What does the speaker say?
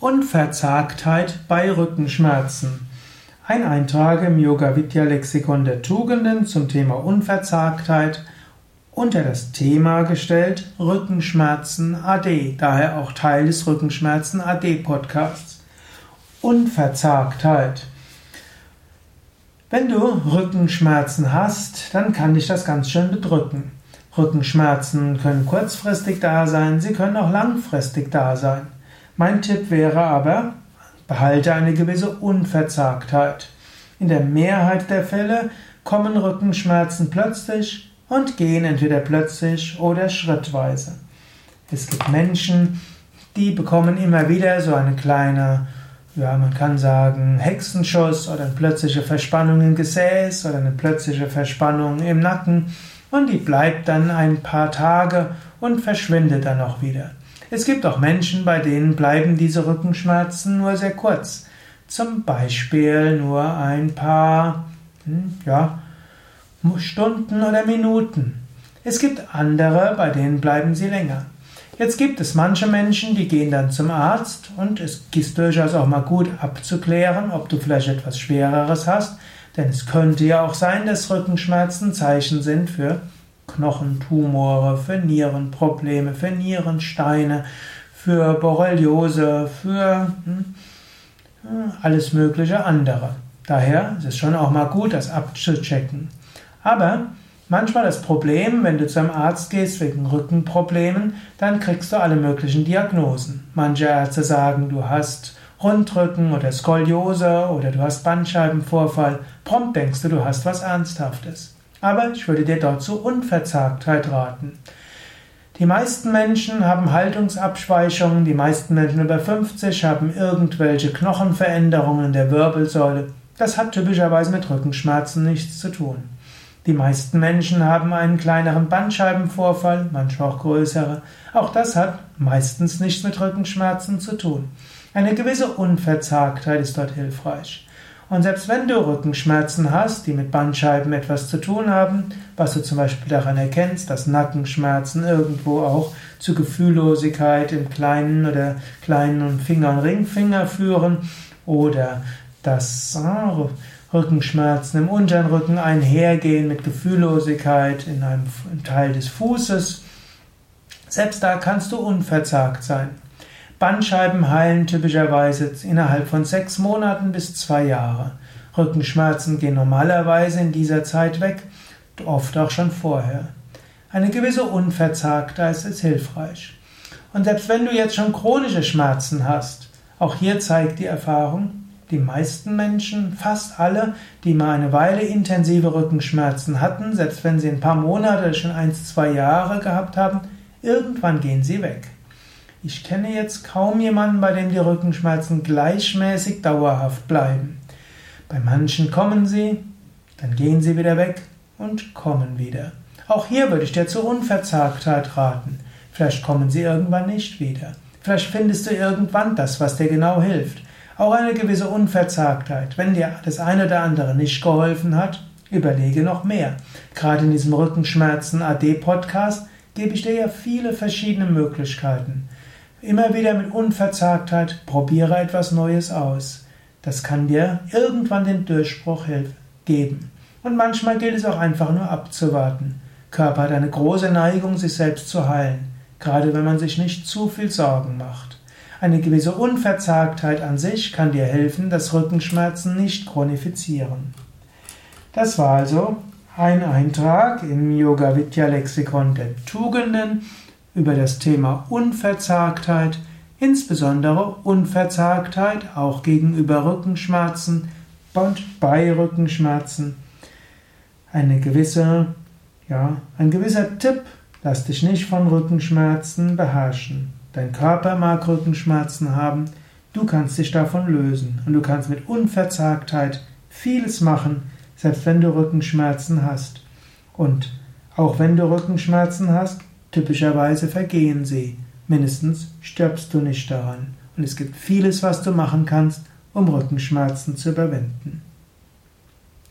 Unverzagtheit bei Rückenschmerzen. Ein Eintrag im Yoga-Vidya-Lexikon der Tugenden zum Thema Unverzagtheit, unter das Thema gestellt Rückenschmerzen AD, daher auch Teil des Rückenschmerzen AD Podcasts. Unverzagtheit. Wenn du Rückenschmerzen hast, dann kann dich das ganz schön bedrücken. Rückenschmerzen können kurzfristig da sein, sie können auch langfristig da sein. Mein Tipp wäre aber, behalte eine gewisse Unverzagtheit. In der Mehrheit der Fälle kommen Rückenschmerzen plötzlich und gehen entweder plötzlich oder schrittweise. Es gibt Menschen, die bekommen immer wieder so eine kleine, man kann sagen, Hexenschuss oder eine plötzliche Verspannung im Gesäß oder eine plötzliche Verspannung im Nacken und die bleibt dann ein paar Tage und verschwindet dann auch wieder. Es gibt auch Menschen, bei denen bleiben diese Rückenschmerzen nur sehr kurz. Zum Beispiel nur ein paar Stunden oder Minuten. Es gibt andere, bei denen bleiben sie länger. Jetzt gibt es manche Menschen, die gehen dann zum Arzt und es ist durchaus auch mal gut abzuklären, ob du vielleicht etwas Schwereres hast, denn es könnte ja auch sein, dass Rückenschmerzen Zeichen sind für Knochentumore, für Nierenprobleme, für Nierensteine, für Borreliose, für alles mögliche andere. Daher ist es schon auch mal gut, das abzuchecken. Aber manchmal das Problem, wenn du zum Arzt gehst wegen Rückenproblemen, dann kriegst du alle möglichen Diagnosen. Manche Ärzte sagen, du hast Rundrücken oder Skoliose oder du hast Bandscheibenvorfall. Prompt denkst du, du hast was Ernsthaftes. Aber ich würde dir dort zu Unverzagtheit raten. Die meisten Menschen haben Haltungsabweichungen, die meisten Menschen über 50 haben irgendwelche Knochenveränderungen in der Wirbelsäule. Das hat typischerweise mit Rückenschmerzen nichts zu tun. Die meisten Menschen haben einen kleineren Bandscheibenvorfall, manchmal auch größere. Auch das hat meistens nichts mit Rückenschmerzen zu tun. Eine gewisse Unverzagtheit ist dort hilfreich. Und selbst wenn du Rückenschmerzen hast, die mit Bandscheiben etwas zu tun haben, was du zum Beispiel daran erkennst, dass Nackenschmerzen irgendwo auch zu Gefühllosigkeit im kleinen und Finger- und Ringfinger führen oder dass Rückenschmerzen im unteren Rücken einhergehen mit Gefühllosigkeit in einem Teil des Fußes. Selbst da kannst du unverzagt sein. Bandscheiben heilen typischerweise innerhalb von 6 Monaten bis 2 Jahre. Rückenschmerzen gehen normalerweise in dieser Zeit weg, oft auch schon vorher. Eine gewisse Unverzagtheit ist hilfreich. Und selbst wenn du jetzt schon chronische Schmerzen hast, auch hier zeigt die Erfahrung, die meisten Menschen, fast alle, die mal eine Weile intensive Rückenschmerzen hatten, selbst wenn sie ein paar Monate oder schon 1-2 Jahre gehabt haben, irgendwann gehen sie weg. Ich kenne jetzt kaum jemanden, bei dem die Rückenschmerzen gleichmäßig dauerhaft bleiben. Bei manchen kommen sie, dann gehen sie wieder weg und kommen wieder. Auch hier würde ich dir zur Unverzagtheit raten. Vielleicht kommen sie irgendwann nicht wieder. Vielleicht findest du irgendwann das, was dir genau hilft. Auch eine gewisse Unverzagtheit. Wenn dir das eine oder andere nicht geholfen hat, überlege noch mehr. Gerade in diesem Rückenschmerzen AD Podcast gebe ich dir ja viele verschiedene Möglichkeiten. Immer wieder mit Unverzagtheit, probiere etwas Neues aus. Das kann dir irgendwann den Durchbruch geben. Und manchmal gilt es auch einfach nur abzuwarten. Körper hat eine große Neigung, sich selbst zu heilen, gerade wenn man sich nicht zu viel Sorgen macht. Eine gewisse Unverzagtheit an sich kann dir helfen, dass Rückenschmerzen nicht chronifizieren. Das war also ein Eintrag im Yoga-Vidya-Lexikon der Tugenden über das Thema Unverzagtheit, insbesondere Unverzagtheit auch gegenüber Rückenschmerzen und bei Rückenschmerzen. Ein gewisser Tipp, lass dich nicht von Rückenschmerzen beherrschen. Dein Körper mag Rückenschmerzen haben, du kannst dich davon lösen und du kannst mit Unverzagtheit vieles machen, selbst wenn du Rückenschmerzen hast. Und auch wenn du Rückenschmerzen hast, typischerweise vergehen sie. Mindestens stirbst du nicht daran. Und es gibt vieles, was du machen kannst, um Rückenschmerzen zu überwinden.